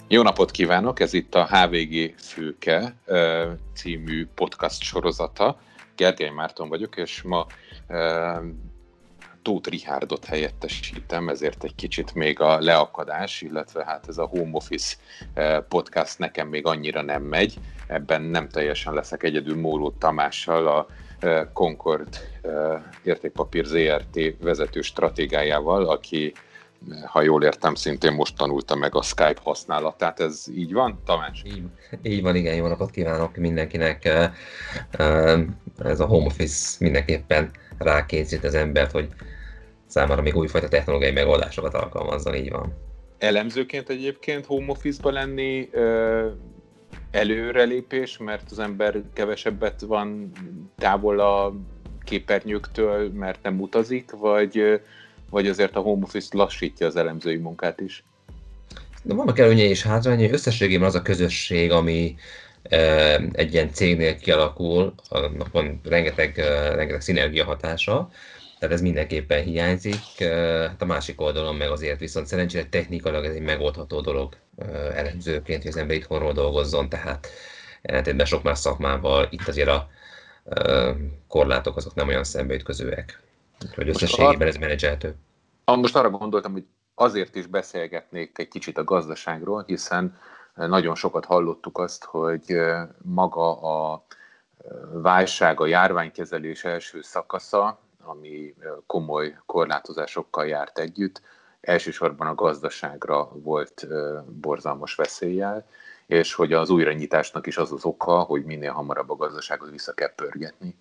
Jó napot kívánok! Ez itt a HVG Főke című podcast sorozata. Gergely Márton vagyok, és ma Tóth Rihárdot helyettesítem, ezért egy kicsit még a leakadás, illetve hát ez a home office podcast nekem még annyira nem megy. Ebben nem teljesen leszek egyedül Móró Tamással, a Concord értékpapír ZRT vezető stratégájával, aki, ha jól értem, szintén most tanulta meg a Skype használatát. Ez így van, Tamás? Így van, igen, jó napot kívánok mindenkinek. Ez a home office mindenképpen rákényszerít az embert, hogy számára még újfajta technológiai megoldásokat alkalmazzon, így van. Elemzőként egyébként home office-ba lenni előrelépés, mert az ember kevesebbet van távol a képernyőktől, mert nem utazik, vagy azért a home office lassítja az elemzői munkát is? De vannak előnyei és hátrányai, összességében az a közösség, ami egy ilyen cégnél kialakul, annak van rengeteg szinergia hatása, tehát ez mindenképpen hiányzik. A másik oldalon meg azért viszont szerencsére technikailag ez egy megoldható dolog elemzőként, hogy az ember itthonról dolgozzon, tehát ellentétben sok más szakmával itt azért a korlátok azok nem olyan szembeütközőek. Úgyhogy összességében ez menedzselhető. Most arra gondoltam, hogy azért is beszélgetnék egy kicsit a gazdaságról, hiszen nagyon sokat hallottuk azt, hogy maga a válság, a járványkezelés első szakasza, ami komoly korlátozásokkal járt együtt, elsősorban a gazdaságra volt borzalmas veszéllyel, és hogy az újranyitásnak is az az oka, hogy minél hamarabb a gazdaságot vissza kell pörgetni.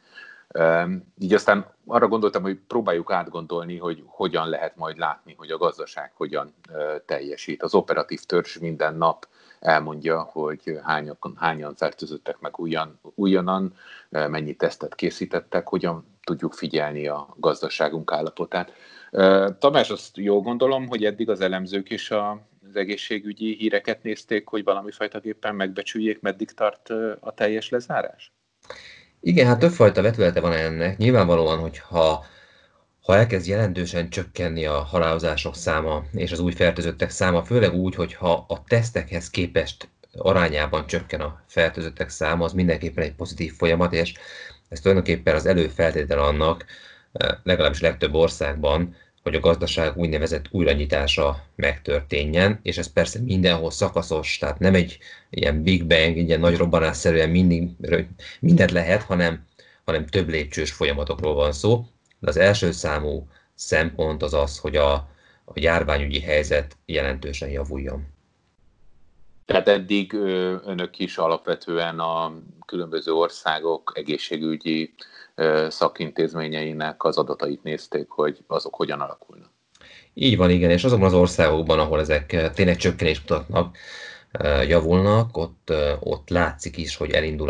Így aztán arra gondoltam, hogy próbáljuk átgondolni, hogy hogyan lehet majd látni, hogy a gazdaság hogyan teljesít. Az operatív törzs minden nap elmondja, hogy hányan fertőzöttek meg újonnan, mennyi tesztet készítettek, hogyan tudjuk figyelni a gazdaságunk állapotát. Tamás, azt jól gondolom, hogy eddig az elemzők is az egészségügyi híreket nézték, hogy valami fajtaképpen megbecsüljék, meddig tart a teljes lezárás? Igen, hát többfajta vetülete van ennek. Nyilvánvalóan, hogy ha elkezd jelentősen csökkenni a halálozások száma és az új fertőzöttek száma, főleg úgy, hogyha a tesztekhez képest arányában csökken a fertőzöttek száma, az mindenképpen egy pozitív folyamat, és ez tulajdonképpen az előfeltétel annak, legalábbis legtöbb országban, hogy a gazdaság úgynevezett újranyitása megtörténjen, és ez persze mindenhol szakaszos, tehát nem egy ilyen Big Bang, ilyen nagy robbanásszerűen mindent lehet, hanem több lépcsős folyamatokról van szó. De az első számú szempont az az, hogy a járványügyi helyzet jelentősen javuljon. Tehát eddig önök is alapvetően a különböző országok egészségügyi szakintézményeinek az adatait nézték, hogy azok hogyan alakulnak. Így van, igen, és azokban az országokban, ahol ezek tényleg csökkenést mutatnak, javulnak, ott látszik is, hogy elindul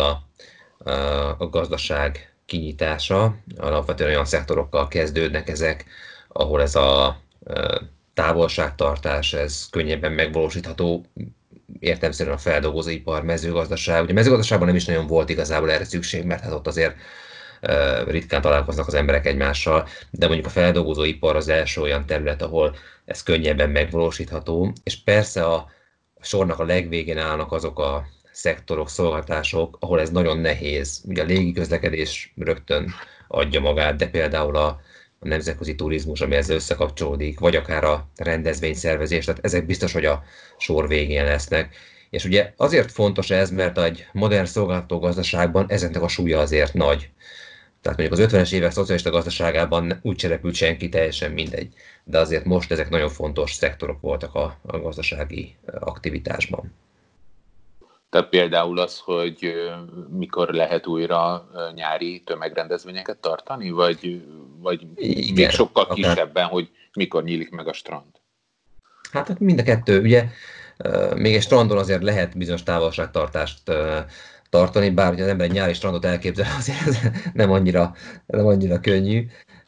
a gazdaság kinyitása. Alapvetően olyan szektorokkal kezdődnek ezek, ahol ez a távolságtartás, ez könnyebben megvalósítható, értelemszerűen a feldolgozóipar, mezőgazdaság. Ugye a mezőgazdaságban nem is nagyon volt igazából erre szükség, mert hát ott azért ritkán találkoznak az emberek egymással, de mondjuk a feldolgozóipar az első olyan terület, ahol ez könnyebben megvalósítható, és persze a sornak a legvégén állnak azok a szektorok, szolgáltatások, ahol ez nagyon nehéz. Ugye a légiközlekedés rögtön adja magát, de például a nemzetközi turizmus, ami ezzel összekapcsolódik, vagy akár a rendezvényszervezés, tehát ezek biztos, hogy a sor végén lesznek. És ugye azért fontos ez, mert egy modern szolgáltató gazdaságban ezeknek a súlya azért nagy. Tehát mondjuk az 50-es évek szocialista gazdaságában úgy se repült senki, teljesen mindegy. De azért most ezek nagyon fontos szektorok voltak a gazdasági aktivitásban. Tehát például az, hogy mikor lehet újra nyári tömegrendezvényeket tartani, vagy Igen, még sokkal kisebben, hogy mikor nyílik meg a strand? Hát mind a kettő. Ugye még egy strandon azért lehet bizonyos távolságtartást tartani, bár hogy az ember egy nyári strandot elképzel, azért ez nem annyira könnyű.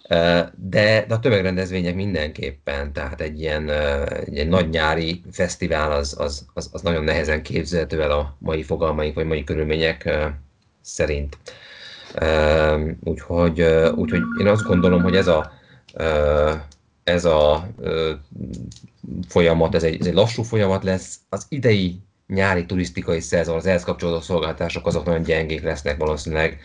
De a tömegrendezvények mindenképpen, tehát egy nagy nyári fesztivál az nagyon nehezen képzelhető el a mai fogalmaink vagy mai körülmények szerint. Úgyhogy én azt gondolom, hogy ez a ez a folyamat, ez egy lassú folyamat lesz. Az idei nyári turisztikai szezon, az ehhez kapcsolódó szolgáltatások azok nagyon gyengék lesznek valószínűleg,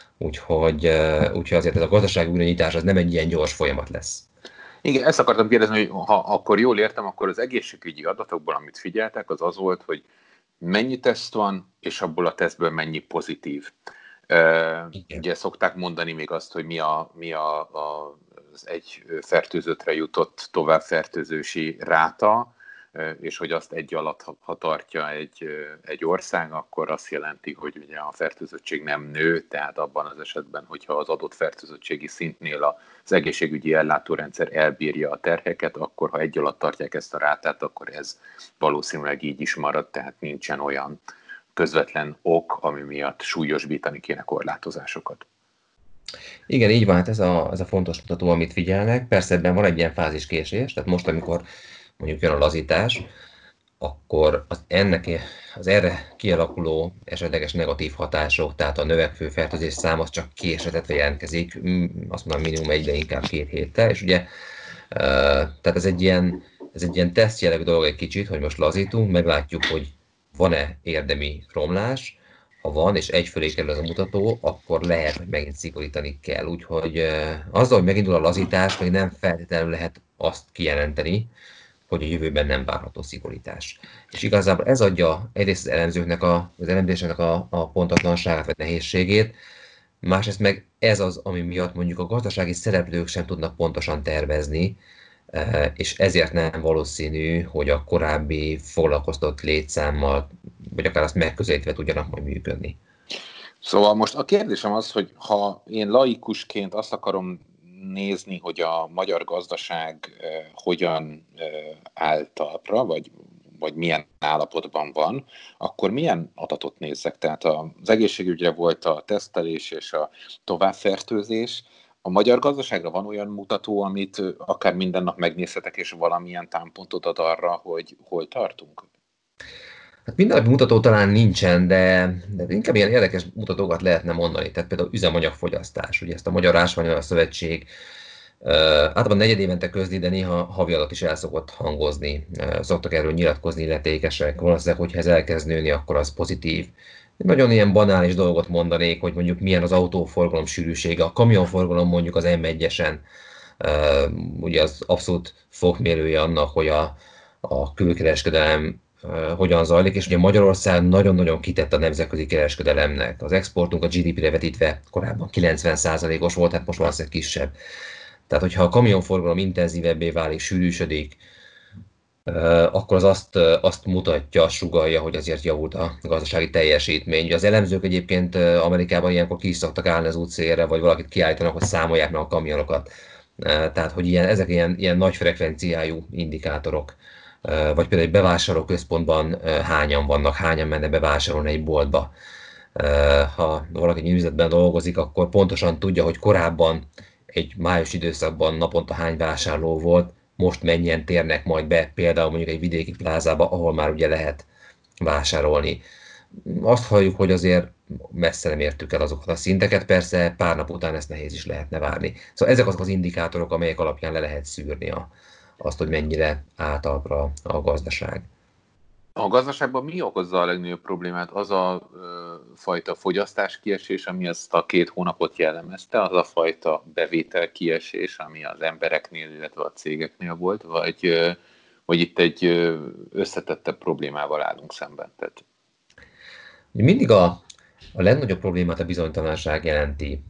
úgyhogy azért ez a gazdasági újranyitás az nem egy ilyen gyors folyamat lesz. Igen, ezt akartam kérdezni, hogy ha akkor jól értem, akkor az egészségügyi adatokból, amit figyeltek, az az volt, hogy mennyi teszt van, és abból a tesztből mennyi pozitív. Igen. Ugye szokták mondani még azt, hogy az egy fertőzöttre jutott továbbfertőzési ráta, és hogy azt egy alatt, ha tartja egy ország, akkor azt jelenti, hogy ugye a fertőzöttség nem nő, tehát abban az esetben, hogyha az adott fertőzöttségi szintnél az egészségügyi ellátórendszer elbírja a terheket, akkor ha egy alatt tartják ezt a rátát, akkor ez valószínűleg így is marad, tehát nincsen olyan közvetlen ok, ami miatt súlyosbítani kéne korlátozásokat. Igen, így van, hát ez a fontos mutató, amit figyelnek. Persze ebben van egy ilyen fáziskésés, tehát most, amikor mondjuk jön a lazítás, akkor az erre kialakuló esetleges negatív hatások, tehát a növekvő fertőzés szám az csak késletetve jelentkezik, azt mondom minimum egy, de inkább 2 héttel, és ugye tehát ez egy ilyen teszt jellegű dolog egy kicsit, hogy most lazítunk, meglátjuk, hogy van-e érdemi romlás, ha van, és egy fölé kerül ez a mutató, akkor lehet, hogy megint szigorítani kell. Úgyhogy azzal, hogy megindul a lazítás, még nem feltétlenül lehet azt kijelenteni, hogy a jövőben nem várható szigorítás. És igazából ez adja egyrészt az elemzőknek, az elemzéseknek a pontatlanságát vagy nehézségét, másrészt meg ez az, ami miatt mondjuk a gazdasági szereplők sem tudnak pontosan tervezni, és ezért nem valószínű, hogy a korábbi foglalkoztatott létszámmal, vagy akár azt megközelítve tudjanak majd működni. Szóval most a kérdésem az, hogy ha én laikusként azt akarom nézni, hogy a magyar gazdaság hogyan áll talpra, vagy milyen állapotban van, akkor milyen adatot nézzek? Tehát az egészségügyre volt a tesztelés és a továbbfertőzés. A magyar gazdaságra van olyan mutató, amit akár minden nap megnézhetek, és valamilyen támpontot ad arra, hogy hol tartunk? Hát mindennapi mutató talán nincsen, de inkább ilyen érdekes mutatókat lehetne mondani. Tehát például üzemanyagfogyasztás. Ugye ezt a Magyar Ásványolaj Szövetség általában negyedévente közli, de néha havi adat is el szokott hangozni. Szoktak erről nyilatkozni illetékesek. Valószínűleg, hogyha ez elkezd nőni, akkor az pozitív. Nagyon ilyen banális dolgot mondanék, hogy mondjuk milyen az autóforgalom sűrűsége, a kamionforgalom mondjuk az M1-esen, ugye az abszolút fokmérője annak, hogy a külkereskedelem hogyan zajlik, és ugye Magyarország nagyon-nagyon kitett a nemzetközi kereskedelemnek. Az exportunk a GDP-re vetítve korábban 90%-os volt, hát most valószínűleg kisebb. Tehát, hogyha a kamionforgalom intenzívebbé válik, sűrűsödik, akkor az azt mutatja, sugallja, hogy azért javult a gazdasági teljesítmény. Ugye az elemzők egyébként Amerikában ilyenkor ki is szoktak állni az útszélre, vagy valakit kiállítanak, hogy számolják meg a kamionokat. Tehát, hogy ezek ilyen nagy frekvenciájú indikátorok. Vagy például egy bevásárlóközpontban hányan vannak, hányan mennek bevásárolni egy boltba. Ha valaki egy üzletben dolgozik, akkor pontosan tudja, hogy korábban egy május időszakban naponta hány vásárló volt, most mennyien térnek majd be, például mondjuk egy vidéki plázába, ahol már ugye lehet vásárolni. Azt halljuk, hogy azért messze nem értük el azokat a szinteket, persze pár nap után ezt nehéz is lehetne várni. Szóval ezek azok az indikátorok, amelyek alapján le lehet szűrni azt, hogy mennyire általpra a gazdaság. A gazdaságban mi okozza a legnagyobb problémát? Az a fajta fogyasztás kiesés, ami ezt a 2 hónapot jellemezte, az a fajta bevétel kiesés, ami az embereknél, illetve a cégeknél volt, vagy itt egy összetettebb problémával állunk szemben? Tehát... Mindig a legnagyobb problémát a bizonytalanság jelenti.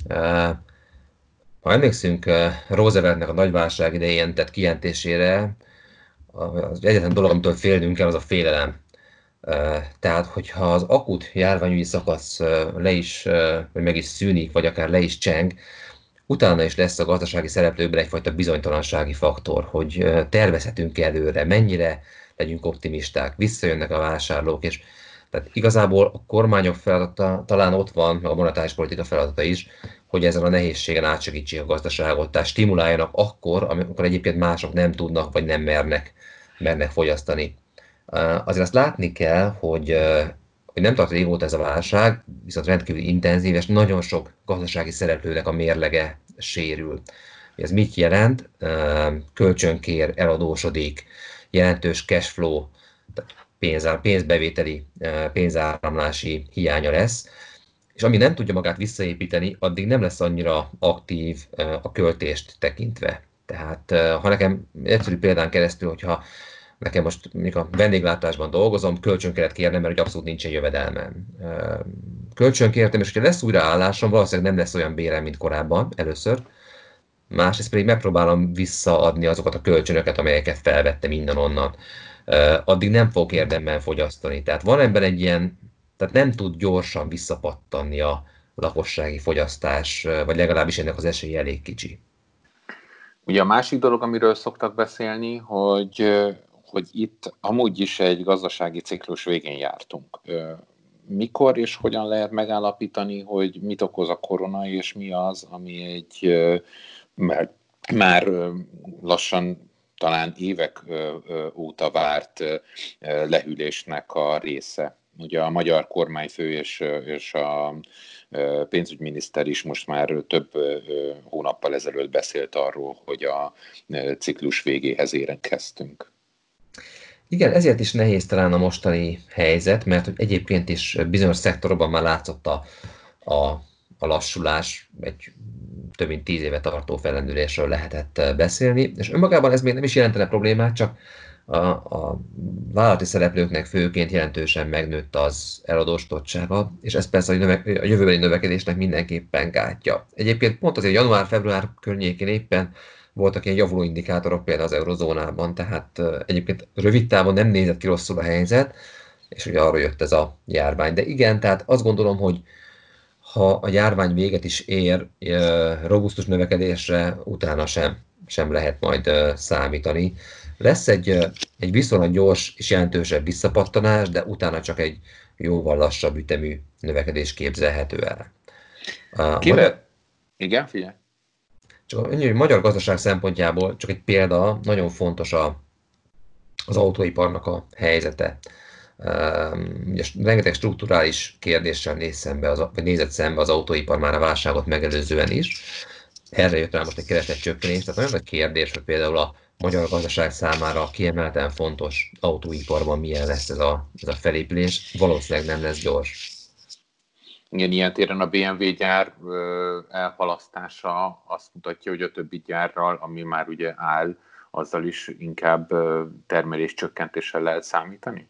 Ha emlékszünk Rooseveltnek a nagyválság idején tett kijelentésére, az egyetlen dolog, amitől félnünk kell, az a félelem. Tehát, hogyha az akut járványügyi szakasz le is, vagy meg is szűnik, vagy akár le is cseng, utána is lesz a gazdasági szereplőkben egyfajta bizonytalansági faktor, hogy tervezhetünk előre, mennyire legyünk optimisták, visszajönnek a vásárlók, és tehát igazából a kormányok feladata talán ott van, meg a monetáris politika feladata is, hogy ezen a nehézségen átsegítsék a gazdaságot, tehát stimuláljanak akkor, amikor egyébként mások nem tudnak, vagy nem mernek fogyasztani. Azért azt látni kell, hogy nem tart régóta ez a válság, viszont rendkívül intenzív, és nagyon sok gazdasági szereplőnek a mérlege sérül. Ez mit jelent? Kölcsönkér, eladósodik, jelentős cashflow, pénzbevételi, pénzáramlási hiánya lesz, és amíg nem tudja magát visszaépíteni, addig nem lesz annyira aktív a költést tekintve. Tehát ha nekem egyszerű példán keresztül, hogyha nekem most mondjuk a vendéglátásban dolgozom, kölcsön kellett kérnem, mert hogy abszolút nincsen jövedelmem. Kölcsön kértem, és hogyha lesz újraállásom, valószínűleg nem lesz olyan bérem, mint korábban először. Másrészt pedig megpróbálom visszaadni azokat a kölcsönöket, amelyeket felvettem innen-onnan. Addig nem fogok érdemben fogyasztani. Tehát van ebben egy ilyen, tehát nem tud gyorsan visszapattanni a lakossági fogyasztás, vagy legalábbis ennek az esélye elég kicsi. Ugye a másik dolog, amiről szoktak beszélni, hogy itt amúgy is egy gazdasági ciklus végén jártunk. Mikor és hogyan lehet megállapítani, hogy mit okoz a korona, és mi az, ami egy már lassan talán évek óta várt lehűlésnek a része. Ugye a magyar kormányfő és a pénzügyminiszter is most már több hónappal ezelőtt beszélt arról, hogy a ciklus végéhez érkeztünk. Igen, ezért is nehéz talán a mostani helyzet, mert hogy egyébként is bizonyos szektorokban már látszott a lassulás, egy több mint 10 éve tartó fellendülésről lehetett beszélni, és önmagában ez még nem is jelentene problémát, csak a vállalati szereplőknek főként jelentősen megnőtt az eladósodottsága, és ez persze a jövőbeli növekedésnek mindenképpen gátja. Egyébként pont azért január-február környékén éppen voltak ilyen javuló indikátorok például az eurozónában, tehát egyébként rövid távon nem nézett ki rosszul a helyzet, és ugye arról jött ez a járvány. De igen, tehát azt gondolom, hogy ha a járvány véget is ér, robusztus növekedésre utána sem lehet majd számítani. Lesz egy viszonylag gyors és jelentősebb visszapattanás, de utána csak egy jóval lassabb ütemű növekedés képzelhető el. Igen, figyelj. Csak a magyar gazdaság szempontjából csak egy példa, nagyon fontos az autóiparnak a helyzete. Ugye rengeteg strukturális kérdéssel nézett szembe az autóipar már a válságot megelőzően is. Erre jött rá most egy keresletcsökkenés, tehát nagyon nagy kérdés, hogy például a magyar gazdaság számára kiemelten fontos autóiparban milyen lesz ez a felépülés. Valószínűleg nem lesz gyors. Igen, ilyen téren a BMW gyár elhalasztása azt mutatja, hogy a többi gyárral, ami már ugye áll, azzal is inkább termelés csökkentéssel lehet számítani?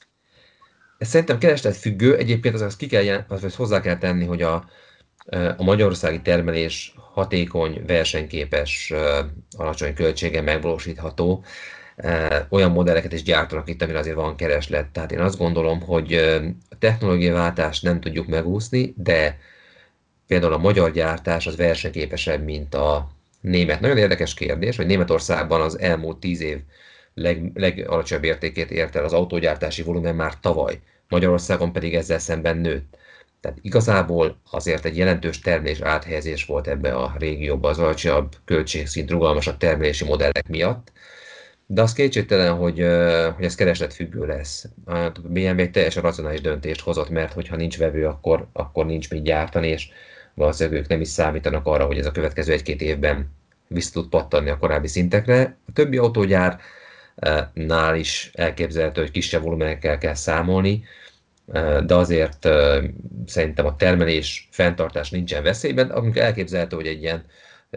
Ez szerintem keresletfüggő, egyébként azt hozzá kell tenni, hogy a magyarországi termelés hatékony, versenyképes, alacsony költségen megvalósítható, olyan modelleket is gyártanak itt, amire azért van kereslet. Tehát én azt gondolom, hogy a technológiai váltást nem tudjuk megúszni, de például a magyar gyártás az versenyképesebb, mint a német. Nagyon érdekes kérdés, hogy Németországban az elmúlt 10 év legalacsonyabb értékét ért el az autógyártási volumen már tavaly, Magyarországon pedig ezzel szemben nőtt. Tehát igazából azért egy jelentős termelés áthelyezés volt ebbe a régióba az alacsonyabb költségszint, rugalmasabb termelési modellek miatt, de az kétségtelen, hogy ez keresletfüggő lesz. A BMW egy teljesen racionális döntést hozott, mert hogyha nincs vevő, akkor nincs mit gyártani, és valószínűleg ők nem is számítanak arra, hogy ez a következő 1-2 évben vissza tud pattanni a korábbi szintekre. A többi autógyárnál is elképzelhető, hogy kisebb volumenekkel kell számolni, de azért szerintem a termelés fenntartás nincsen veszélyben, amikor elképzelhető, hogy egy ilyen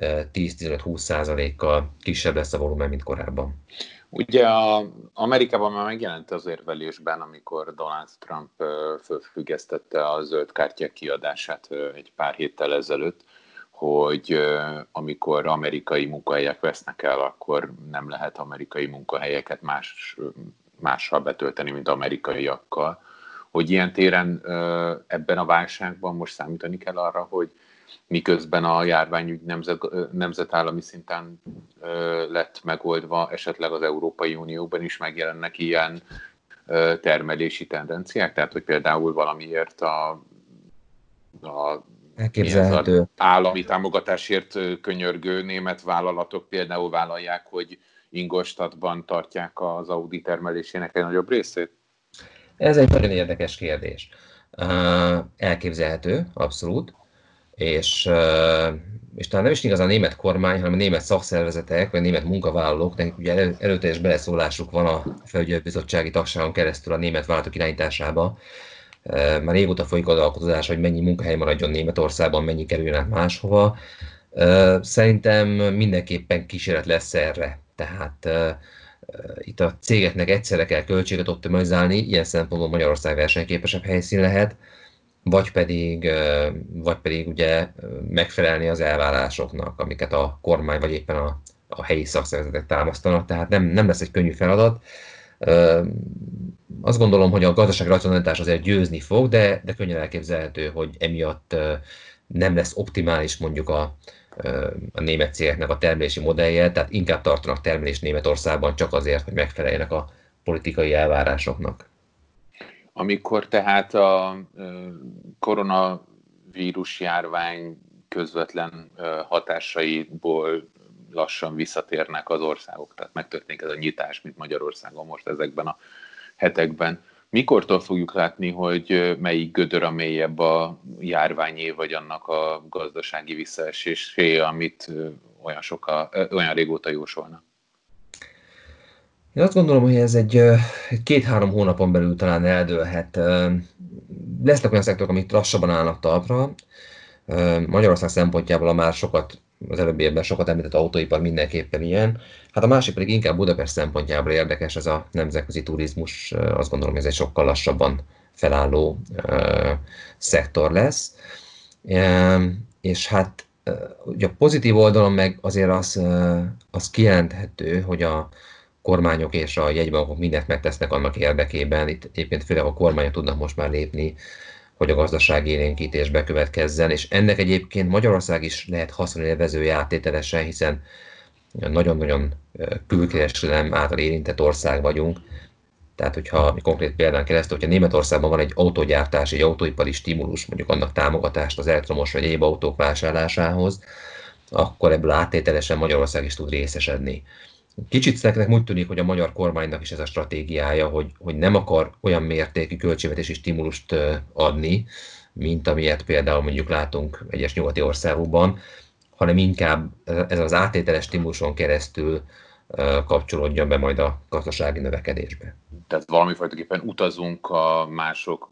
10-15-20%-kal kisebb lesz a volumen, mint korábban. Ugye Amerikában már megjelent az érvelésben, amikor Donald Trump fölfüggesztette a zöld kártyák kiadását egy pár héttel ezelőtt, hogy amikor amerikai munkahelyek vesznek el, akkor nem lehet amerikai munkahelyeket mással betölteni, mint amerikaiakkal. Hogy ilyen téren ebben a válságban most számítani kell arra, hogy miközben a járványügy nemzetállami szinten lett megoldva, esetleg az Európai Unióban is megjelennek ilyen termelési tendenciák? Tehát, hogy például valamiért Elképzelhető. Állami támogatásért könyörgő német vállalatok például vállalják, hogy Ingolstadtban tartják az Audi termelésének egy nagyobb részét? Ez egy nagyon érdekes kérdés. Elképzelhető, abszolút. és talán nem is igazán a német kormány, hanem a német szakszervezetek, vagy a német munkavállalók, nekik ugye erőteljes beleszólásuk van a felügyelőbizottsági tagságon keresztül a német vállalatok irányításába. Már régóta folyik az alkotozás, hogy mennyi munkahely maradjon Németországban, mennyi kerüljön át máshova. Szerintem mindenképpen kísérlet lesz erre. Tehát itt a cégeknek egyszerre kell költséget optimalizálni, ilyen szempontból Magyarország versenyképesebb helyszín lehet, vagy pedig ugye megfelelni az elvárásoknak, amiket a kormány vagy éppen a helyi szakszervezetek támasztanak, tehát nem lesz egy könnyű feladat. Azt gondolom, hogy a gazdasági racionalitás azért győzni fog, de könnyen elképzelhető, hogy emiatt nem lesz optimális mondjuk a német cégeknek a termelési modellje, tehát inkább tartanak termelést Németországban csak azért, hogy megfeleljenek a politikai elvárásoknak. Amikor tehát a koronavírus járvány közvetlen hatásaiból lassan visszatérnek az országok, tehát megtörténik ez a nyitás, mint Magyarországon most ezekben a hetekben. Mikortól fogjuk látni, hogy melyik gödör a mélyebb, a járványé, vagy annak a gazdasági visszaesésé, amit olyan régóta jósolnak? Én azt gondolom, hogy ez egy 2-3 hónapon belül talán eldőlhet. Lesznek olyan szektorok, amik lassabban állnak talpra. Magyarország szempontjából az előbbi évben sokat említett autóipar mindenképpen ilyen. Hát a másik pedig inkább Budapest szempontjából érdekes, ez a nemzetközi turizmus. Azt gondolom, hogy ez egy sokkal lassabban felálló szektor lesz. És hát ugye a pozitív oldalon meg azért az kijelenthető, hogy a kormányok és a jegybankok mindent megtesznek annak érdekében, itt egyébként főleg a kormányok tudnak most már lépni, hogy a gazdasági élénkítés bekövetkezzen, és ennek egyébként Magyarország is lehet haszonélvezője áttételesen, hiszen nagyon-nagyon külkereskedelem által érintett ország vagyunk. Tehát, hogyha mi konkrét példán keresztül, hogyha Németországban van egy autógyártás, egy autóipari stimulus, mondjuk annak támogatást az elektromos vagy egyéb autók vásárlásához, akkor ebből áttételesen Magyarország is tud részesedni. Kicsit nekem úgy tűnik, hogy a magyar kormánynak is ez a stratégiája, hogy nem akar olyan mértékű költségvetési stimulust adni, mint amilyet például mondjuk látunk egyes nyugati országokban, hanem inkább ez az áttételes stimuluson keresztül kapcsolódjon be majd a gazdasági növekedésbe. Tehát valamifajtaképpen utazunk a mások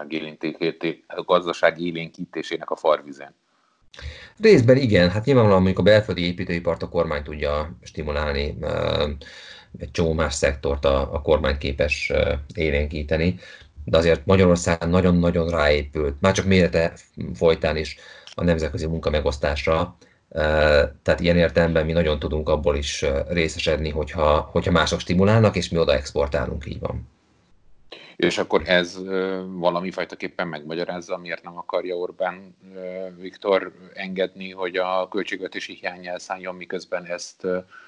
gazdasági élénkítésének a farvizén. Részben igen, hát nyilvánvalóan mondjuk a belföldi építőipart a kormány tudja stimulálni, egy csomó más szektort a kormány képes élénkíteni, de azért Magyarország nagyon-nagyon ráépült, már csak mérete folytán is a nemzetközi munkamegosztásra, tehát ilyen értelemben mi nagyon tudunk abból is részesedni, hogyha mások stimulálnak, és mi oda exportálunk, így van. És akkor ez valami fajtaképpen megmagyarázza, miért nem akarja Orbán Viktor engedni, hogy a költségvetési hiány elszálljon, miközben ezt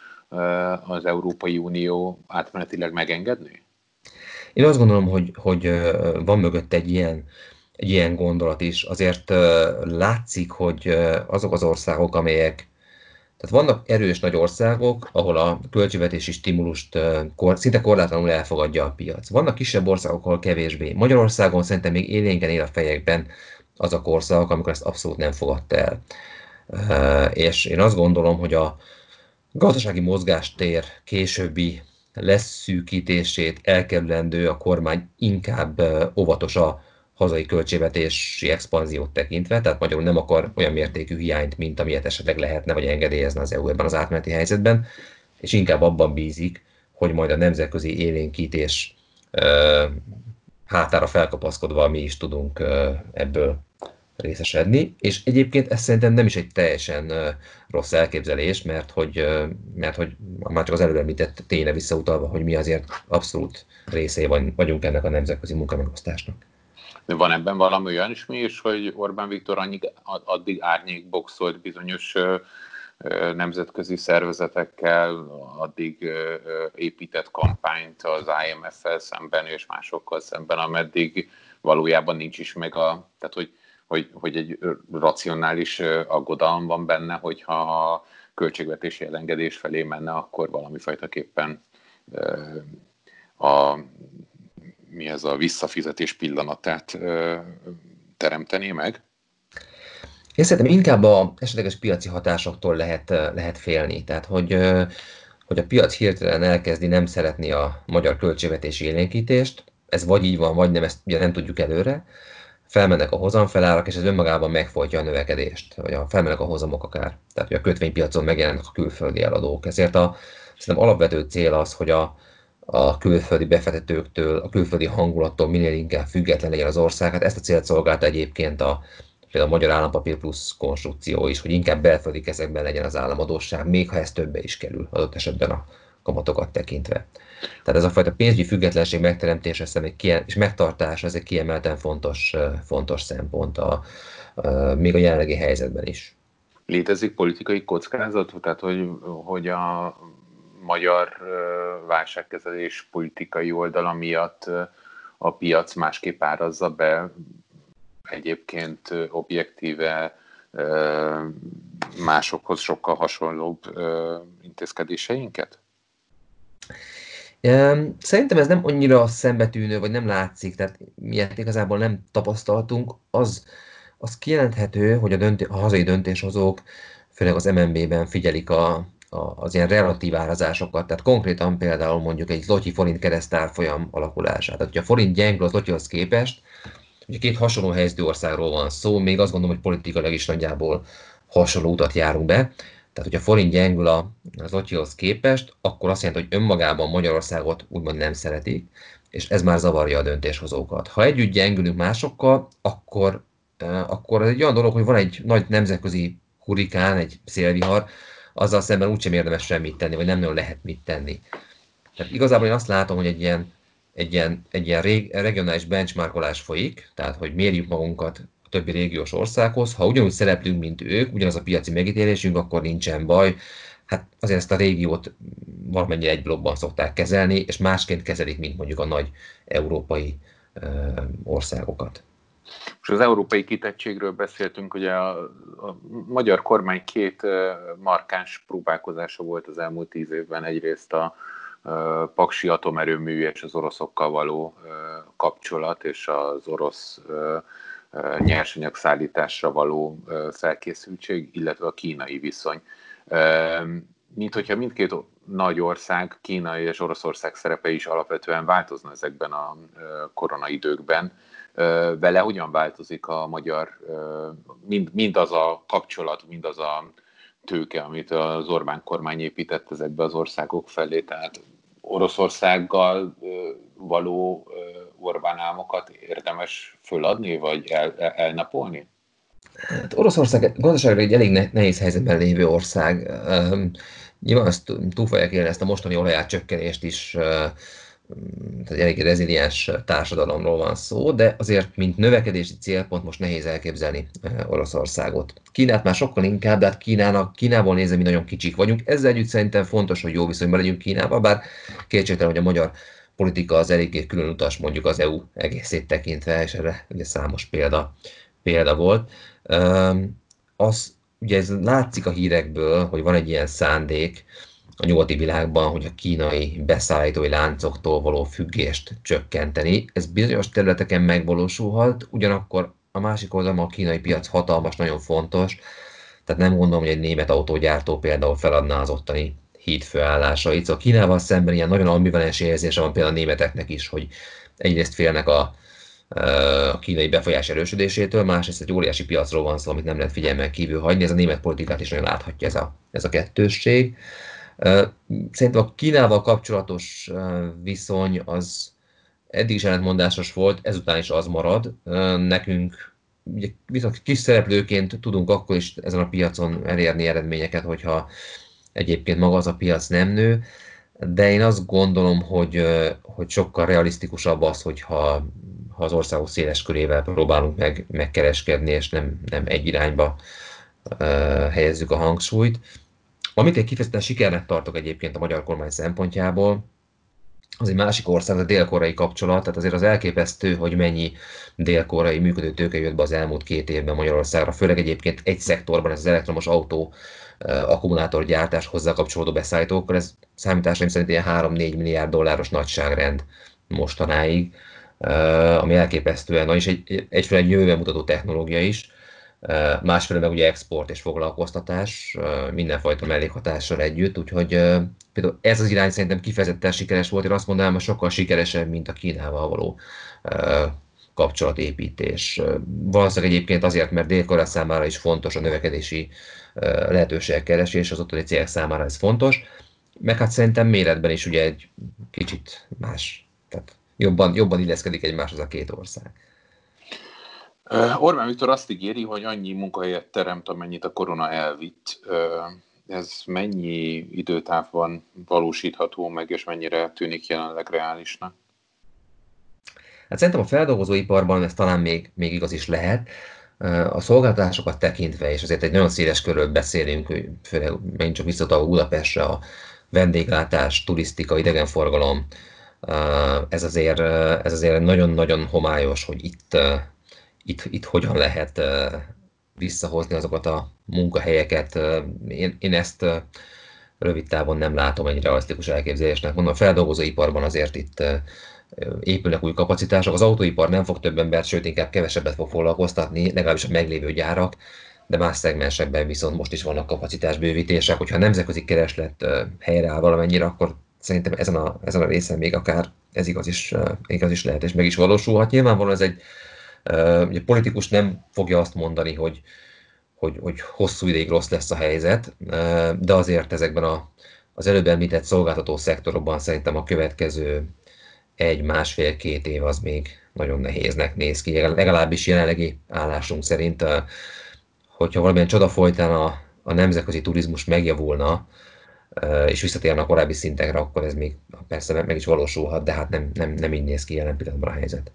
az Európai Unió átmenetileg megengedné? Én azt gondolom, hogy van mögött egy ilyen gondolat is. Azért látszik, hogy azok az országok, amelyek, tehát vannak erős nagy országok, ahol a költségvetési stimulust szinte korlátlanul elfogadja a piac. Vannak kisebb országok, ahol kevésbé. Magyarországon szerintem még élénken él a fejekben az a korszak, amikor ezt abszolút nem fogadta el. És én azt gondolom, hogy a gazdasági mozgástér későbbi leszűkítését elkerülendő, a kormány inkább óvatos a hazai költségvetési expanziót tekintve, tehát magyarul nem akar olyan mértékű hiányt, mint amilyet esetleg lehetne, vagy engedélyezne az EU ebben az átmeneti helyzetben, és inkább abban bízik, hogy majd a nemzetközi élénkítés hátára felkapaszkodva mi is tudunk ebből részesedni, és egyébként ez szerintem nem is egy teljesen rossz elképzelés, mert hogy már csak az előbb említett tényre visszautalva, hogy mi azért abszolút részei vagyunk ennek a nemzetközi munkamegosztásnak. De van ebben valami olyan is, hogy Orbán Viktor addig árnyékboxolt bizonyos nemzetközi szervezetekkel, addig épített kampányt az IMF-fel szemben és másokkal szemben, ameddig valójában nincs is meg tehát hogy egy racionális aggodalom van benne, hogyha a költségvetési elengedés felé menne, akkor valami fajtaképpen mi ez a visszafizetés pillanatát teremtené meg? Én szerintem inkább a esetleges piaci hatásoktól lehet félni. Tehát, hogy a piac hirtelen elkezdi nem szeretni a magyar költségvetési élénkítést, ez vagy így van, vagy nem, ezt ugye nem tudjuk előre, felmennek a hozamfelárak, és ez önmagában megfojtja a növekedést, vagy felmennek a hozamok akár. Tehát, hogy a kötvénypiacon megjelennek a külföldi eladók. Ezért szerintem alapvető cél az, hogy a külföldi befektetőktől, a külföldi hangulattól minél inkább független legyen az ország. Hát ezt a célt szolgálta egyébként például a Magyar Állampapír Plusz konstrukció is, hogy inkább belföldi kezekben legyen az államadósság, még ha ez többe is kerül, adott esetben a kamatokat tekintve. Tehát ez a fajta pénzügyi függetlenség megteremtése és megtartása, ez egy kiemelten fontos szempont még a jelenlegi helyzetben is. Létezik politikai kockázat, tehát hogy a magyar válságkezelés politikai oldala miatt a piac másképp árazza be egyébként objektíve másokhoz sokkal hasonlóbb intézkedéseinket? Szerintem ez nem annyira szembetűnő, vagy nem látszik, tehát miért igazából nem tapasztaltunk, az kijelenthető, hogy a hazai döntéshozók, főleg az MNB-ben figyelik az ilyen relatív árazásokat, tehát konkrétan például mondjuk egy zloty forint keresztárfolyam alakulását. Tehát, hogy a forint gyengül az zlotyhoz képest, ugye két hasonló helyzetű országról van szó, még azt gondolom, hogy politikailag is nagyjából hasonló utat járunk be. Tehát, hogyha forint gyengül az zlotyhoz képest, akkor azt jelenti, hogy önmagában Magyarországot úgymond nem szeretik, és ez már zavarja a döntéshozókat. Ha együtt gyengülünk másokkal, akkor ez egy olyan dolog, hogy van egy nagy nemzetközi hurikán, egy szélvihar, azzal szemben úgysem érdemes semmit tenni, vagy nem nagyon lehet mit tenni. Tehát igazából én azt látom, hogy egy ilyen regionális benchmarkolás folyik, tehát hogy mérjük magunkat a többi régiós országhoz. Ha ugyanúgy szereplünk, mint ők, ugyanaz a piaci megítélésünk, akkor nincsen baj. Hát azért ezt a régiót valamennyire egy blokkban szokták kezelni, és másként kezelik, mint mondjuk a nagy európai országokat. És az európai kitettségről beszéltünk, ugye a magyar kormány két markáns próbálkozása volt az elmúlt 10 évben. Egyrészt a paksi atomerőmű és az oroszokkal való kapcsolat, és az orosz nyersanyag szállításra való felkészültség, illetve a kínai viszony. Mint hogyha mindkét nagy ország, Kína és Oroszország szerepe is alapvetően változna ezekben a koronaidőkben. Vele hogyan változik a magyar, mindaz a kapcsolat, mindaz a tőke, amit az Orbán kormány épített ezekbe az országok felé, tehát Oroszországgal való Orbán álmokat érdemes föladni, vagy elnapolni? Hát Oroszország gazdaságra egy elég nehéz helyzetben lévő ország. Nyilván azt túl fogják élni ezt a mostani olajárcsökkenést is, tehát elég reziliens társadalomról van szó, de azért, mint növekedési célpont most nehéz elképzelni Oroszországot. Kínát már sokkal inkább, de hát Kínából nézve mi nagyon kicsik vagyunk. Ezzel együtt szerintem fontos, hogy jó viszonyban legyünk Kínával, bár kétségtelen, hogy a magyar politika az eléggé külön utas mondjuk az EU egészét tekintve, és erre ugye számos példa volt. Ugye ez látszik a hírekből, hogy van egy ilyen szándék a nyugati világban, hogy a kínai beszállítói láncoktól való függést csökkenteni. Ez bizonyos területeken megvalósulhat, ugyanakkor a másik oldalon a kínai piac hatalmas, nagyon fontos, tehát nem gondolom, hogy egy német autógyártó például feladná az ottani hídfőállásait. Szóval Kínával szemben ilyen nagyon ambivalens érzése van például a németeknek is, hogy egyrészt félnek a kínai befolyás erősödésétől, másrészt egy óriási piacról van szó, amit nem lehet figyelmen kívül hagyni, ez a német politikát is nagyon láthatja ez a kettősség. Szerintem a Kínával kapcsolatos viszony az eddig is ellentmondásos volt, ezután is az marad. Nekünk ugye, viszont kis szereplőként tudunk akkor is ezen a piacon elérni eredményeket, hogyha egyébként maga az a piac nem nő, de én azt gondolom, hogy sokkal realisztikusabb az, hogyha az országok széles körével próbálunk megkereskedni, és nem egy irányba helyezzük a hangsúlyt. Amit egy kifejezetten sikernek tartok egyébként a magyar kormány szempontjából, az egy másik ország, a dél-koreai kapcsolat, tehát azért az elképesztő, hogy mennyi dél-koreai működő tőke jött be az elmúlt 2 évben Magyarországra, főleg egyébként egy szektorban, ez az elektromos autó akkumulátorgyártás hozzá kapcsolódó beszállítókkal, ez számításaim szerint ilyen 3-4 milliárd dolláros nagyságrend mostanáig, ami elképesztően nagy, és egyféle jövőben mutató technológia is. Másfelől meg ugye export és foglalkoztatás, mindenfajta mellékhatással együtt, úgyhogy például ez az irány szerintem kifejezetten sikeres volt, én azt mondanám, hogy sokkal sikeresebb, mint a Kínával való kapcsolatépítés. Valószínűleg egyébként azért, mert Dél-Korea számára is fontos a növekedési lehetőségek keresés, az ottani cégek számára ez fontos, meg hát szerintem méretben is ugye egy kicsit más, tehát jobban illeszkedik egymáshoz a két ország. Orbán Viktor azt ígéri, hogy annyi munkahelyet teremt, amennyit a korona elvitt. Ez mennyi időtávban valósítható meg, és mennyire tűnik jelenleg reálisnak? Hát szerintem a feldolgozóiparban ez talán még igaz is lehet. A szolgáltatásokat tekintve, és azért egy nagyon széles körről beszélünk, főleg megint csak visszatalva Budapestre, a vendéglátás, turisztika, idegenforgalom, ez azért nagyon-nagyon homályos, hogy itt hogyan lehet visszahozni azokat a munkahelyeket. Én ezt rövid távon nem látom egy realisztikus elképzelésnek. Mondom, a feldolgozóiparban azért itt épülnek új kapacitások. Az autóipar nem fog több embert, sőt inkább kevesebbet fog foglalkoztatni, legalábbis a meglévő gyárak, de más szegmensekben viszont most is vannak kapacitásbővítések. Hogyha a nemzetközi kereslet helyreáll valamennyire, akkor szerintem ezen a részen még akár ez igaz is lehet, és meg is valósulhat. Nyilvánvalóan ez ugye politikus nem fogja azt mondani, hogy hosszú ideig rossz lesz a helyzet, de azért ezekben az előbb említett szolgáltató szektorokban szerintem a következő 1, 1,5, 2 év az még nagyon nehéznek néz ki, legalábbis jelenlegi állásunk szerint, hogyha valamilyen csoda folytán a nemzetközi turizmus megjavulna, és visszatérne a korábbi szintekre, akkor ez még persze meg is valósulhat, de hát nem így néz ki jelen pillanatban a helyzet.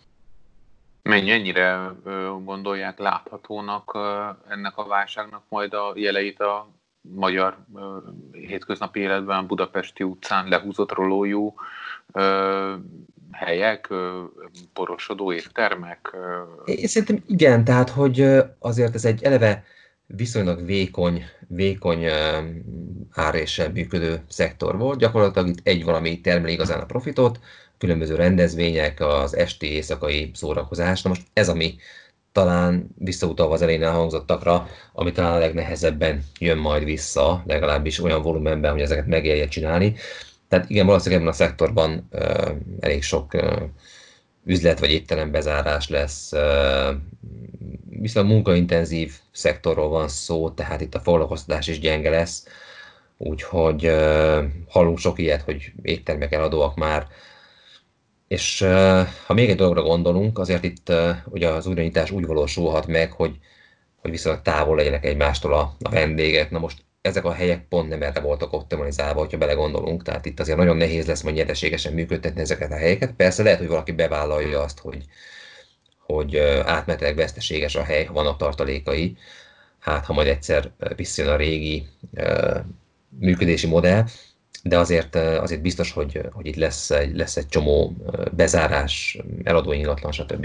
Ennyire gondolják láthatónak ennek a válságnak majd a jeleit a magyar hétköznapi életben, budapesti utcán lehúzott rolójú helyek, porosodó éttermek? Én szerintem igen, tehát hogy azért ez egy eleve viszonylag vékony árréssel működő szektor volt. Gyakorlatilag itt egy valami termel igazán a profitot, különböző rendezvények, az esti, éjszakai szórakozás. Na most ez, ami talán visszautalva az elején elhangzottakra, ami talán a legnehezebben jön majd vissza, legalábbis olyan volumenben, hogy ezeket megérje csinálni. Tehát igen, valószínűleg ebben a szektorban elég sok üzlet vagy étterem bezárás lesz, viszont munkaintenzív szektorról van szó, tehát itt a foglalkoztatás is gyenge lesz, úgyhogy hallunk sok ilyet, hogy éttermek eladóak már. És ha még egy dologra gondolunk, azért itt ugye az újranyitás úgy valósulhat meg, hogy viszonylag távol legyenek egymástól a vendégek. Na most ezek a helyek pont nem erre voltak optimalizálva, hogyha belegondolunk, tehát itt azért nagyon nehéz lesz majd nyereségesen működtetni ezeket a helyeket. Persze lehet, hogy valaki bevállalja azt, hogy átmenetileg veszteséges a hely, ha vannak tartalékai, hát ha majd egyszer visszajön a régi működési modell, de azért biztos, hogy itt lesz egy csomó bezárás, eladó ingatlan, stb.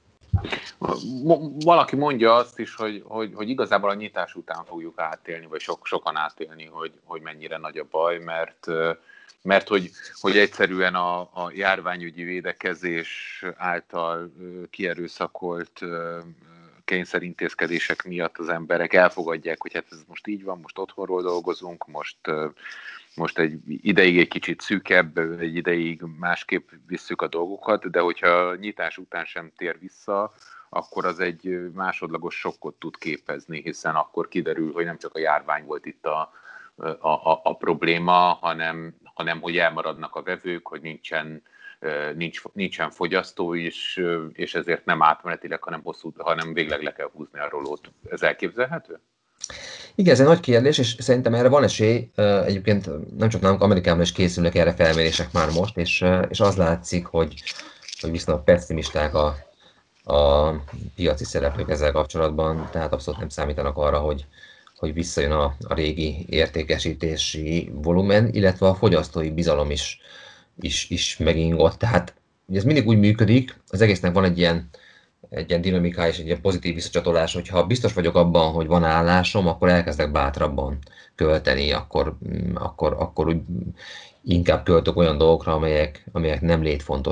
Valaki mondja azt is, hogy igazából a nyitás után fogjuk átélni, vagy sokan átélni, hogy mennyire nagy a baj, mert hogy egyszerűen a járványügyi védekezés által kierőszakolt kényszerintézkedések miatt az emberek elfogadják, hogy hát ez most így van, most otthonról dolgozunk, most egy ideig egy kicsit szűkebb, egy ideig másképp visszük a dolgokat, de hogyha nyitás után sem tér vissza, akkor az egy másodlagos sokkot tud képezni, hiszen akkor kiderül, hogy nem csak a járvány volt itt a probléma, hanem hogy elmaradnak a vevők, hogy nincsen fogyasztó is, és ezért nem átmenetileg, hanem végleg le kell húzni a rolót. Ez elképzelhető? Igen, ez egy nagy kérdés, és szerintem erre van esély. Egyébként nem csak nálunk, Amerikában is készülnek erre felmérések már most, és az látszik, hogy viszonylag pessimisták a piaci szereplők ezzel kapcsolatban, tehát abszolút nem számítanak arra, hogy visszajön a régi értékesítési volumen, illetve a fogyasztói bizalom is megingott. Tehát ez mindig úgy működik, az egésznek van egy ilyen dinamikája és egy ilyen pozitív visszacsatolás, hogyha biztos vagyok abban, hogy van állásom, akkor elkezdek bátrabban költeni, akkor úgy inkább költök olyan dolgokra, amelyek nem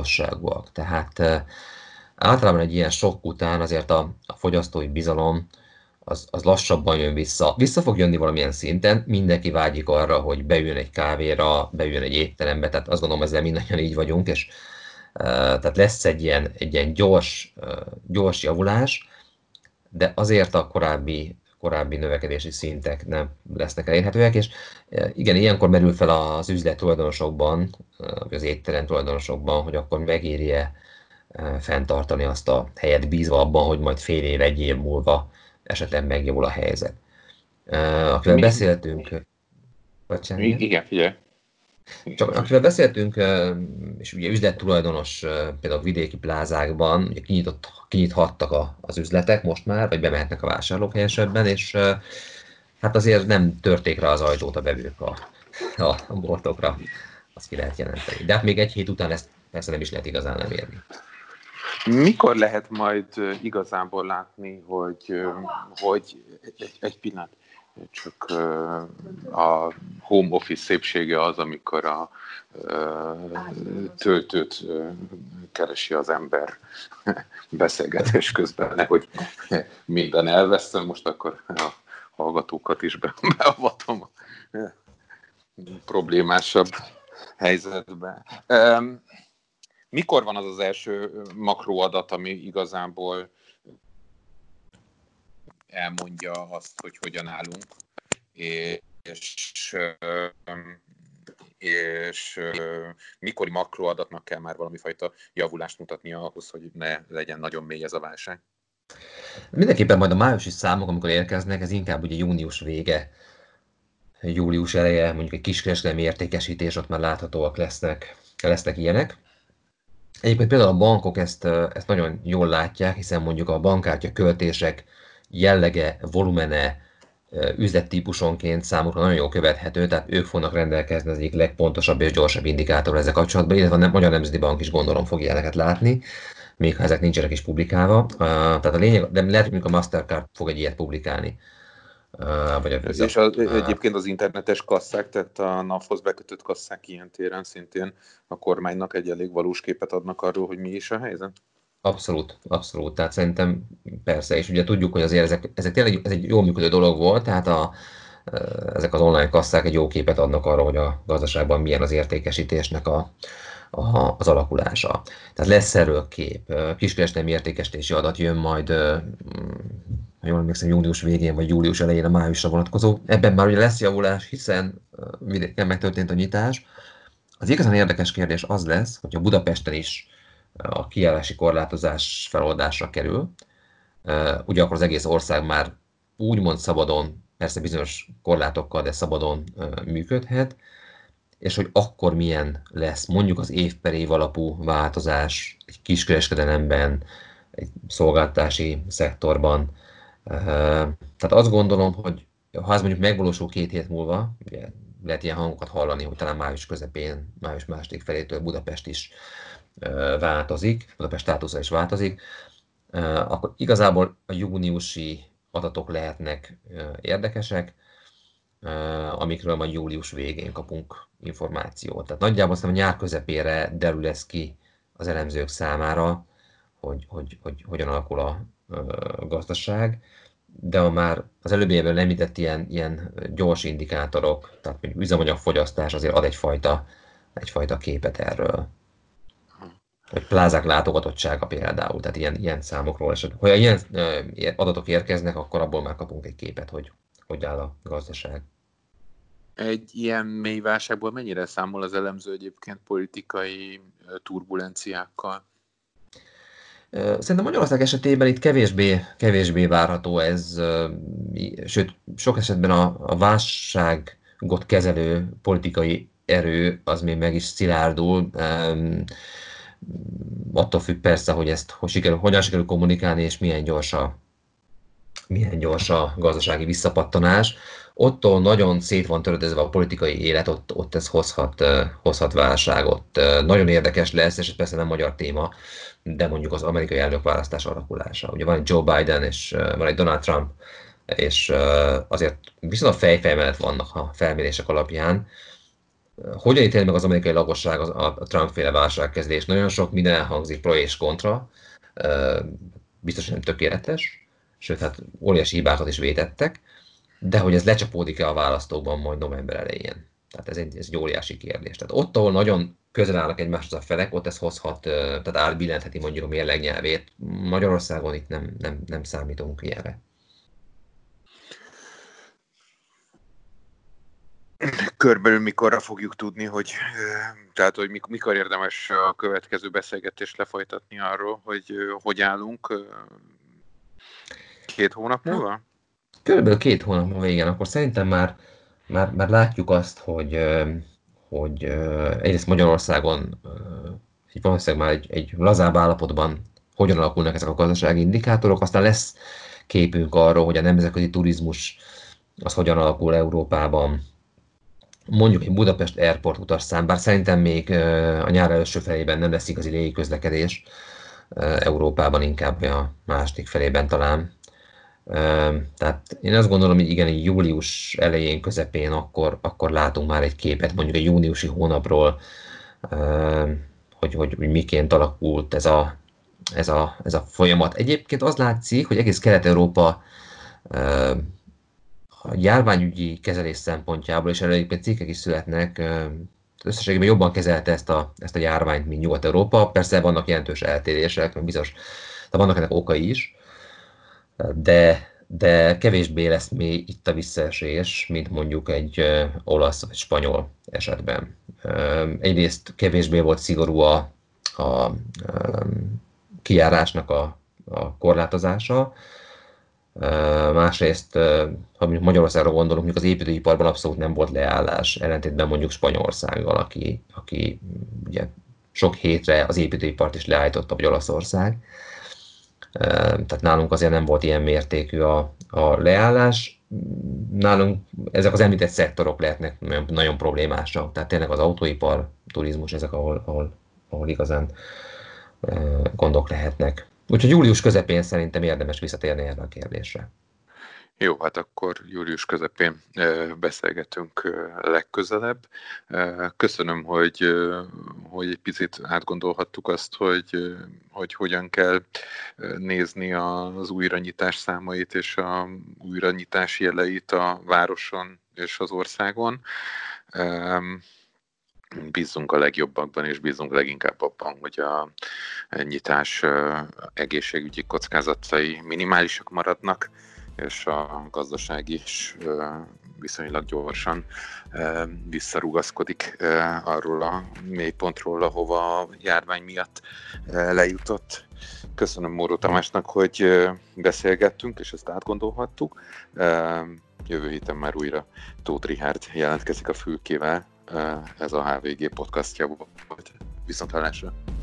létfontosságúak. Tehát általában egy ilyen sok után azért a fogyasztói bizalom az lassabban jön vissza. Vissza fog jönni valamilyen szinten, mindenki vágyik arra, hogy beüljön egy kávéra, beüljön egy étterembe, tehát azt gondolom, ezzel mindannyian így vagyunk, és tehát lesz egy ilyen gyors javulás, de azért a korábbi növekedési szintek nem lesznek elérhetőek, és igen, ilyenkor merül fel az üzlet tulajdonosokban, vagy az étterem tulajdonosokban, hogy akkor megéri-e fenntartani azt a helyet, bízva abban, hogy majd fél év, egy év múlva esetleg megjavul a helyzet. Akivel Mi, beszéltünk, bocsánat, igen? igen, figyelj. Csak akivel beszéltünk, és ugye üzlettulajdonos például vidéki plázákban, ugye kinyithattak az üzletek most már, vagy bemehetnek a vásárlók helyesebben, és hát azért nem törték rá az ajtót a bevők a boltokra, azt ki lehet jelenteni. De hát még egy hét után ezt persze nem is lehet igazán elérni. Mikor lehet majd igazából látni, hogy egy pillanat, csak a home office szépsége az, amikor a töltőt keresi az ember beszélgetés közben, nehogy minden elveszem, most akkor a hallgatókat is beavatom a problémásabb helyzetbe. Mikor van az első makroadat, ami igazából elmondja azt, hogy hogyan állunk, és mikori makroadatnak kell már valami fajta javulást mutatnia ahhoz, hogy ne legyen nagyon mély ez a válság? Mindenképpen majd a májusi számok, amikor érkeznek, ez inkább ugye június vége, július eleje, mondjuk egy kiskereskedelmi értékesítés, ott már láthatóak lesznek ilyenek. Egyébként például a bankok ezt nagyon jól látják, hiszen mondjuk a bankkártya költések jellege, volumene, üzlettípusonként számukra nagyon jól követhető, tehát ők fognak rendelkezni az egyik legpontosabb és gyorsabb indikátor ezzel kapcsolatban, illetve a Magyar Nemzeti Bank is gondolom fogja ilyeneket látni, még ha ezek nincsenek is publikálva. Tehát a lényeg, de lehet, hogy a Mastercard fog egy ilyet publikálni. Vagy a Visa. És egyébként az internetes kasszák, tehát a NAV-hoz bekötött kasszák ilyen téren szintén a kormánynak egy elég valós képet adnak arról, hogy mi is a helyzet? Abszolút, abszolút. Tehát szerintem persze, és ugye tudjuk, hogy azért ezek tényleg ez egy jól működő dolog volt, tehát ezek az online kasszák egy jó képet adnak arra, hogy a gazdaságban milyen az értékesítésnek az alakulása. Tehát lesz erről kép. Kiskereskedelmi értékesítési adat jön majd, ha jól emlékszem, június végén vagy július elején a májusra vonatkozó. Ebben már ugye lesz javulás, hiszen vidéken megtörtént a nyitás. Az igazán érdekes kérdés az lesz, hogy a Budapesten is a kijárási korlátozás feloldásra kerül. Ugye akkor az egész ország már úgymond szabadon, persze bizonyos korlátokkal, de szabadon működhet, és hogy akkor milyen lesz mondjuk az év per év alapú változás egy kiskereskedelemben, egy szolgáltatási szektorban. Tehát azt gondolom, hogy ha ez mondjuk megvalósul 2 hét múlva, ugye lehet ilyen hangokat hallani, hogy talán május közepén, május második felétől Budapest is változik, Budapest státusza is változik, akkor igazából a júniusi adatok lehetnek érdekesek, amikről majd július végén kapunk információt. Tehát nagyjából aztán a nyár közepére derül ez ki az elemzők számára, hogy hogyan alakul a gazdaság, de ha már az előbbi évben említett ilyen gyors indikátorok, tehát mondjuk üzemanyagfogyasztás azért ad egyfajta képet erről. Vagy plázák látogatottsága például, tehát ilyen számokról. És ha ilyen adatok érkeznek, akkor abból már kapunk egy képet, hogy áll a gazdaság. Egy ilyen mély válságból mennyire számol az elemző egyébként politikai turbulenciákkal? Szerintem Magyarország esetében itt kevésbé várható ez, sőt, sok esetben a válságot kezelő politikai erő az még meg is szilárdul. Attól függ persze, hogy ezt hogyan sikerül kommunikálni, és milyen gyors a gazdasági visszapattanás. Ottól nagyon szét van töredezve a politikai élet, ott ez hozhat válságot. Nagyon érdekes lesz, és ez persze nem magyar téma, de mondjuk az amerikai elnökválasztás alakulása. Ugye van egy Joe Biden, és van egy Donald Trump, és azért viszont a fejfej mellett vannak a felmérések alapján. Hogyan ítéli meg az amerikai lakosság a Trump-féle válságkezelést? Nagyon sok minden elhangzik pro és kontra, biztos, hogy nem tökéletes, sőt, hát óriási hibákat is vétettek, de hogy ez lecsapódik-e a választókban majd november elején? Tehát ez egy óriási kérdés. Tehát ott, ahol nagyon közel állnak egymáshoz a felek, ott ez hozhat, tehát átbillentheti mondjuk a mérleg nyelvét. Magyarországon itt nem számítunk ilyenre. Körülbelül mikorra fogjuk tudni, hogy mikor érdemes a következő beszélgetést lefolytatni arról, hogy állunk 2 hónap múlva? Körülbelül 2 hónap múlva, igen, akkor szerintem már látjuk azt, hogy egyrészt Magyarországon így valószínűleg már egy lazább állapotban hogyan alakulnak ezek a gazdasági indikátorok, aztán lesz képünk arról, hogy a nemzetközi turizmus az hogyan alakul Európában. Mondjuk egy Budapest Airport utasszám, bár szerintem még a nyár első felében nem lesz igazi légiközlekedés, Európában inkább a második felében talán. Tehát én azt gondolom, hogy igen, július elején, közepén akkor látunk már egy képet mondjuk a júniusi hónapról, hogy miként alakult ez a folyamat. Egyébként az látszik, hogy egész Kelet-Európa a járványügyi kezelés szempontjából, és erről egyébként cikkek is születnek, összességében jobban kezelte ezt a járványt, mint Nyugat-Európa. Persze vannak jelentős eltérések, biztos, de vannak ennek okai is, de kevésbé lesz mély itt a visszaesés, mint mondjuk egy olasz vagy spanyol esetben. Egyrészt kevésbé volt szigorú a kijárásnak a korlátozása, másrészt, ha mondjuk Magyarországra gondolunk, mondjuk az építőiparban abszolút nem volt leállás, ellentétben mondjuk Spanyolországgal, aki ugye sok hétre az építőipart is leállította, vagy Olaszország. Tehát nálunk azért nem volt ilyen mértékű a leállás. Nálunk ezek az említett szektorok lehetnek nagyon problémásak, tehát tényleg az autóipar, turizmus, ezek, ahol igazán gondok lehetnek. Úgyhogy július közepén szerintem érdemes visszatérni erre a kérdésre. Jó, hát akkor július közepén beszélgetünk legközelebb. Köszönöm, hogy egy picit átgondolhattuk azt, hogy hogyan kell nézni az újranyitás számait és a újranyitás jeleit a városon és az országon. Bízzunk a legjobbakban, és bízzunk leginkább abban, hogy a nyitás egészségügyi kockázatai minimálisak maradnak, és a gazdaság is viszonylag gyorsan visszarugaszkodik arról a mélypontról, ahova a járvány miatt lejutott. Köszönöm Móró Tamásnak, hogy beszélgettünk, és ezt átgondolhattuk. Jövő héten már újra Tóth Richárd jelentkezik a fülkével. Ez a HVG podcastja volt. Viszonthallásra!